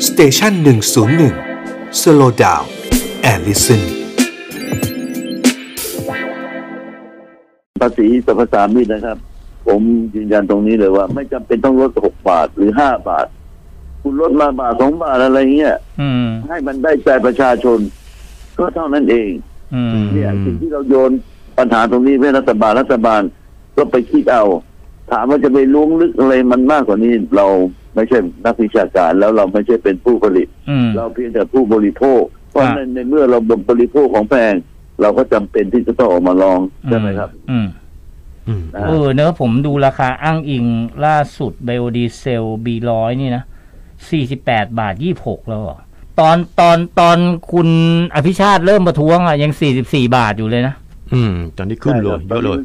สเตชัน101 Slow Down and Listen ภาษีสรรพสามิตนะครับผมยืนยันตรงนี้เลยว่าไม่จำเป็นต้องลด6 บาทหรือ5 บาทคุณลดมาบาท2 บาทอะไรเงี้ยให้มันได้ใจประชาชนก็เท่านั้นเองเนี่ยสิ่งที่เราโยนปัญหาตรงนี้ให้รัฐบาลก็ไปคิดเอาถามว่าจะไปล้วงลึกอะไรมันมากกว่านี้เราไม่ใช่นักวิชาการแล้วเราไม่ใช่เป็นผู้ผลิตเราเพียงแต่ผู้บริโภคเพราะในเมื่อเราบริโภคของแพงเราก็จำเป็นที่จะต้องออกมาลองใช่ไหมครับเนอะผมดูราคาอ้างอิงล่าสุดไบโอดีเซล B100 นี่นะ48 บาท 26แล้วตอนคุณอภิชาติเริ่มประท้วงอ่ะยัง44 บาทอยู่เลยนะตอนนี้ขึ้นเลยเยอะเลย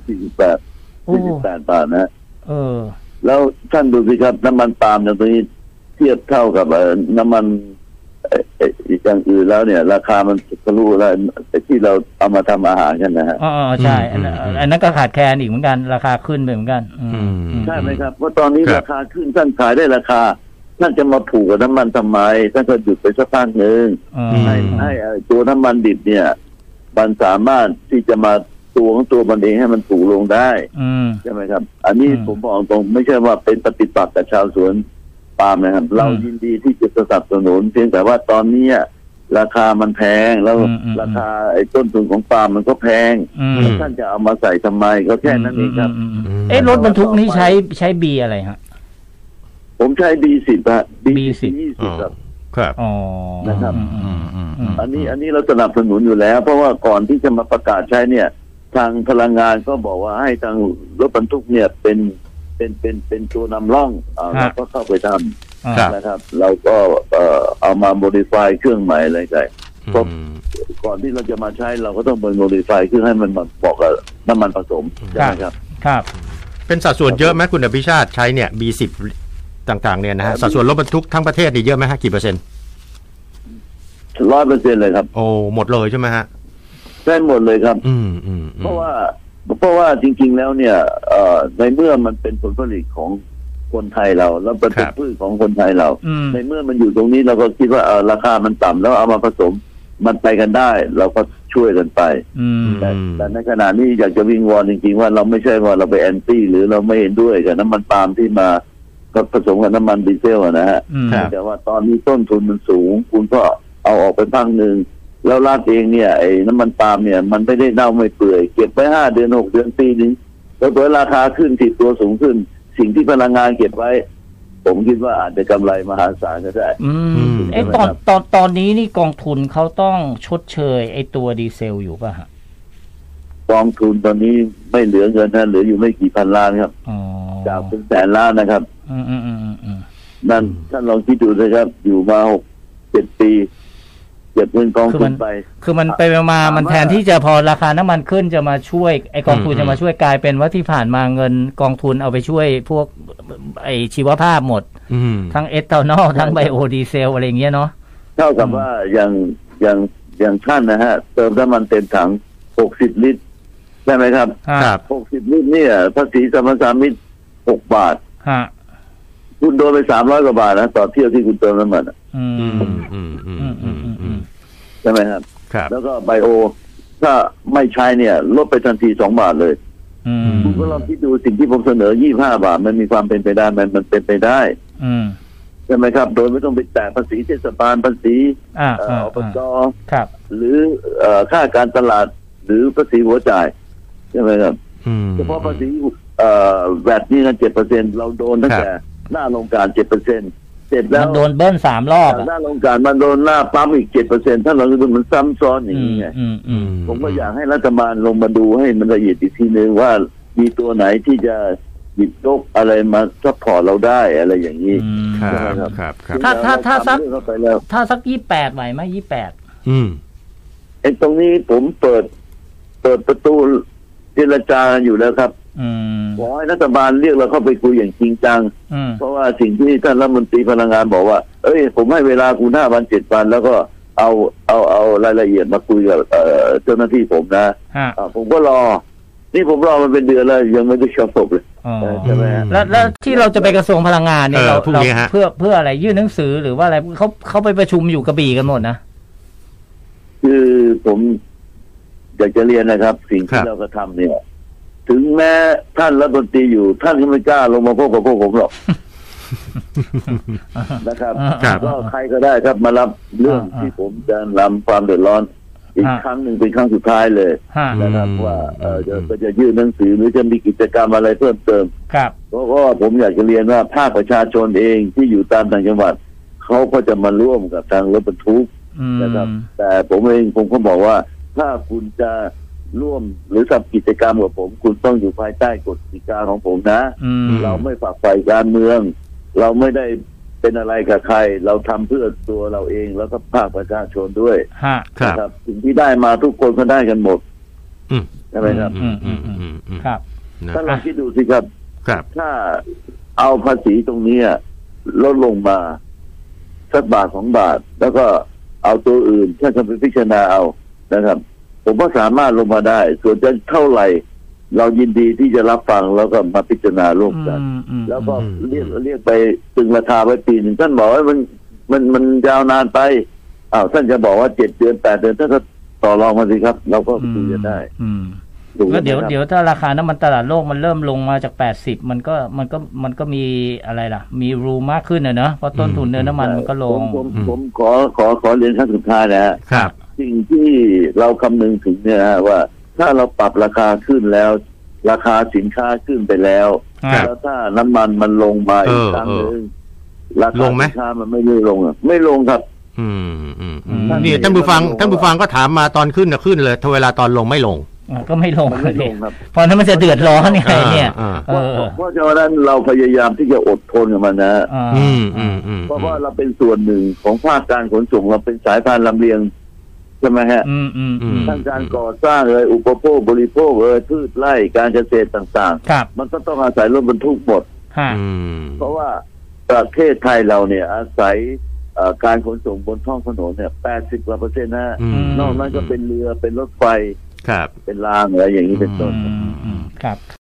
48 บาทนะแล้วท่านดูสิครับน้ำมันปาล์มอย่างนี้เทียบเท่ากับน้ำมันอย่างอื่นแล้วเนี่ยราคามันทะลุแล้วที่เราเอามาทำอาหารกันนะฮะใช่อันนั้นก็ขาดแคลนอีกเหมือนกันราคาขึ้นไปเหมือนกันใช่ไหมครับเพราะตอนนี้ราคาขึ้นท่านขายได้ราคาท่านจะมาผูกกับน้ำมันทำไมท่านก็หยุดไปสักพักหนึ่งให้ตัวน้ำมันดิบเนี่ยมันสามารถที่จะมาตัวของตัวมันเองให้มันถูกลงได้ใช่ไหมครับอันนี้ผมบอกตรงไม่ใช่ว่าเป็นปฏิปักษ์กับชาวสวนปาล์มนะครับเรายินดีที่จะสนับสนุนเพียงแต่ว่าตอนนี้ราคามันแพงแล้วราคาต้นทุนของปาล์มมันก็แพงแล้วท่านจะเอามาใส่ทำไมก็แค่นั้นเองครับรถบรรทุกนี้ใช้บีอะไรฮะผมใช้ B10 ฮะ B10 ครับนะครับอันนี้เราสนับสนุนอยู่แล้วเพราะว่าก่อนที่จะมาประกาศใช้เนี่ยทางพลังงานก็บอกว่าให้ทางรถบรรทุกเนี่ยเป็นตัวนำร่องเราก็เข้าไปทำนะครับเราก็เอามาโมดิฟายเครื่องใหม่อะไรกันเพราะก่อนที่เราจะมาใช้เราก็ต้องไปโมดิฟายเครื่องให้มันเหมาะกับน้ำมันผสมใช่ไหมครับครับเป็นสัดส่วนเยอะไหมคุณอภิชาติใช้เนี่ย B10 ต่างๆเนี่ยนะฮะสัดส่วนรถบรรทุกทั้งประเทศนี่เยอะไหมฮะกี่เปอร์เซ็นต์ 100% เลยครับโอ้หมดเลยใช่ไหมฮะใช่หมดเลยครับเพราะว่าจริงๆแล้วเนี่ยในเมื่อมันเป็นผลผลิตของคนไทยเราแล้วเป็นพืชของคนไทยเราในเมื่อมันอยู่ตรงนี้เราก็คิดว่าราคามันต่ำแล้วเอามาผสมมันไปกันได้เราก็ช่วยกันไปแต่ในขณะนี้อยากจะวิงวอนจริงๆว่าเราไม่ใช่ว่าเราไปแอนตี้หรือเราไม่เห็นด้วยกับน้ำมันปาล์มที่มาก็ผสมกับน้ำมันดีเซลนะฮะแต่ว่าตอนนี้ต้นทุนมันสูงคุณก็เอาออกไปพักหนึ่งแล้วรัฐเองเนี่ยไอ้น้ำมันปาล์มเนี่ยมันไม่ได้เน่าไม่เปื่อยเก็บไว้5 เดือน6 เดือนปีนึงแล้วตัวราคาขึ้นติดตัวสูงขึ้นสิ่งที่พลังงานเก็บไว้ผมคิดว่าอาจจะกำไรมหาศาลก็ได้ตอนนี้นี่กองทุนเขาต้องชดเชยไอ้ตัวดีเซลอยู่ป่ะฮะกองทุนตอนนี้ไม่เหลือเงินนะเหลืออยู่ไม่กี่พันล้านครับจากเป็นแสนล้านนะครับนั่นท่านลองคิดดูนะครับอยู่มา6-7 ปีเก็บเงินกองทุนไปคือมันไปมามันแทนที่จะพอราคาน้ำมันขึ้นจะมาช่วยไอกองทุนจะมาช่วยกลายเป็นว่าที่ผ่านมาเงินกองทุนเอาไปช่วยพวกไอชีวภาพหมดทั้งเอทานอลทั้งไบโอดีเซลอะไรเงี้ยเนาะเท่ากับว่าอย่างท่านนะฮะเติมน้ำมันเต็มถัง60 ลิตรใช่ไหมครับ60 ลิตรเนี่ยภาษีสรรพสามิต6 บาทคุณโดนไป300 กว่าบาทนะต่อเที่ยวที่คุณเติมน้ำมันใช่ไหมครับแล้วก็ไบโอถ้าไม่ใช้เนี่ยลดไปทันที2 บาทเลยคุณก็ลองคิดดูสิ่งที่ผมเสนอ25 บาทมันมีความเป็นไปได้มันเป็นไปได้ใช่ไหมครับโดยไม่ต้องไปแตะภาษีเทศบาลภาษีอบจ.หรือค่าการตลาดหรือภาษีหัวจ่ายใช่ไหมครับเฉพาะภาษีแวดนี่กัน 7% เราโดนตั้งแต่หน้าโรงการ 7%เสร็จแล้วมันโดนเบิ้ล3 รอบหน้าโรงการมันโดนหน้าปั๊มอีก 7% ถ้าเราดูมันซ้ำซ้อนอย่างนี้ไงผมก็อยากให้รัฐบาลลงมาดูให้มันละเอียดอีกทีนึงว่ามีตัวไหนที่จะหยิบยกอะไรมาซัพพอร์ตเราได้อะไรอย่างนี้ครับถ้าสัก28ไหวไหม28 ไอ้ตรงนี้ผมเปิดประตูเจรจาอยู่แล้วครับขอให้รัฐบาลเรียกเราเข้าไปคุยอย่างจริงจังเพราะว่าสิ่งที่ท่านรัฐมนตรีพลังงานบอกว่าผมให้เวลาคุณ5 วัน 7 วันแล้วก็เอารายละเอียดมาคุยกับเจ้าหน้าที่ผมนะผมก็รอนี่ผมรอมันเป็นเดือนแล้วยังไม่ได้จบเลยใช่ไหมฮะแล้วที่เราจะไปกระทรวงพลังงานเนี่ยเราเพื่ออะไรยื่นหนังสือหรือว่าอะไรเขาไปประชุมอยู่กระบี่กันหมดนะคือผมอยากจะเรียนนะครับสิ่งที่เรากระทำเนี่ยถึงแม้ท่านรัฐมนตรีอยู่ท่านก็ไม่กล้าลงมาพบกับพวกผมหรอกนะครับก็ใครก็ได้ครับมารับเรื่องที่ผมจะนำความเดือดร้อนอีกครั้งหนึ่งเป็นครั้งสุดท้ายเลยนะครับว่าจะยื่นหนังสือหรือจะมีกิจกรรมอะไรเพิ่มเติมเพราะว่าผมอยากจะเรียนว่าภาคประชาชนเองที่อยู่ตามต่างจังหวัดเขาก็จะมาร่วมกับทางรถบรรทุกนะครับแต่ผมเองผมก็บอกว่าถ้าคุณจะร่วมหรือทำกิจกรรมกับผมคุณต้องอยู่ภายใต้กฎกติกาของผมนะเราไม่ฝักใฝ่การเมืองเราไม่ได้เป็นอะไรกับใครเราทำเพื่อตัวเราเองแล้วก็ภาคประชาชนด้วยนะครับสิ่งที่ได้มาทุกคนก็ได้กันหมดใช่ไหมครับครับถ้าลองคิดดูสิครับถ้าเอาภาษีตรงนี้ลดลงมาสักบาท2 บาทแล้วก็เอาตัวอื่นถ้าจะไปพิจารณาเอานะครับผมก็สามารถลงมาได้ส่วนจะเท่าไหร่เรายินดีที่จะรับฟังแล้วก็มาพิจารณาร่วมกันแล้วก็เรียกไปตึงราคาไว้ปีหนึ่งท่านบอกว่ามันยาวนานไปท่านจะบอกว่า7 เดือน 8 เดือนท่านก็ต่อรองมาสิครับเราก็คุยกันได้แล้วเดี๋ยวถ้าราคาน้ำมันตลาดโลกมันเริ่มลงมาจาก80มันก็มีอะไรล่ะมีรูมากขึ้นเนอะเพราะต้นทุนเนื้อน้ำมันมันก็ลงผมขอเรียนขั้นสุดท้ายนะครับสิ่งที่เราคำนึงถึงเนี่ยว่าถ้าเราปรับราคาขึ้นแล้วราคาสินค้าขึ้นไปแล้วแล้วถ้าน้ำมันมันลงมาอีกครั้งนึงราคาสินค้ามันไม่ลงไม่ลงครับนี่ท่านผู้ฟังก็ถามมาตอนขึ้นขึ้นเลยถ้าเวลาตอนลงไม่ลงก็ไม่ลงครับเพราะนั้นมันจะเดือดร้อนยังไงเนี่ยเพราะฉะนั้นเราพยายามที่จะอดทนกับมันนะเพราะว่าเราเป็นส่วนหนึ่งของภาคการขนส่งเราเป็นสายพานลำเลียงใช่ไหมฮะทั้งการก่อสร้างอุปโภคบริโภคพืชไร่การเกษตรต่างๆมันก็ต้องอาศัยรถบรรทุกหมดเพราะว่าประเทศไทยเราเนี่ยอาศัยการขนส่งบนท้องถนนเนี่ย80 กว่า%นะนอกนั้นก็เป็นเรือเป็นรถไฟเป็นรางอะไรอย่างนี้เป็นต้นครับ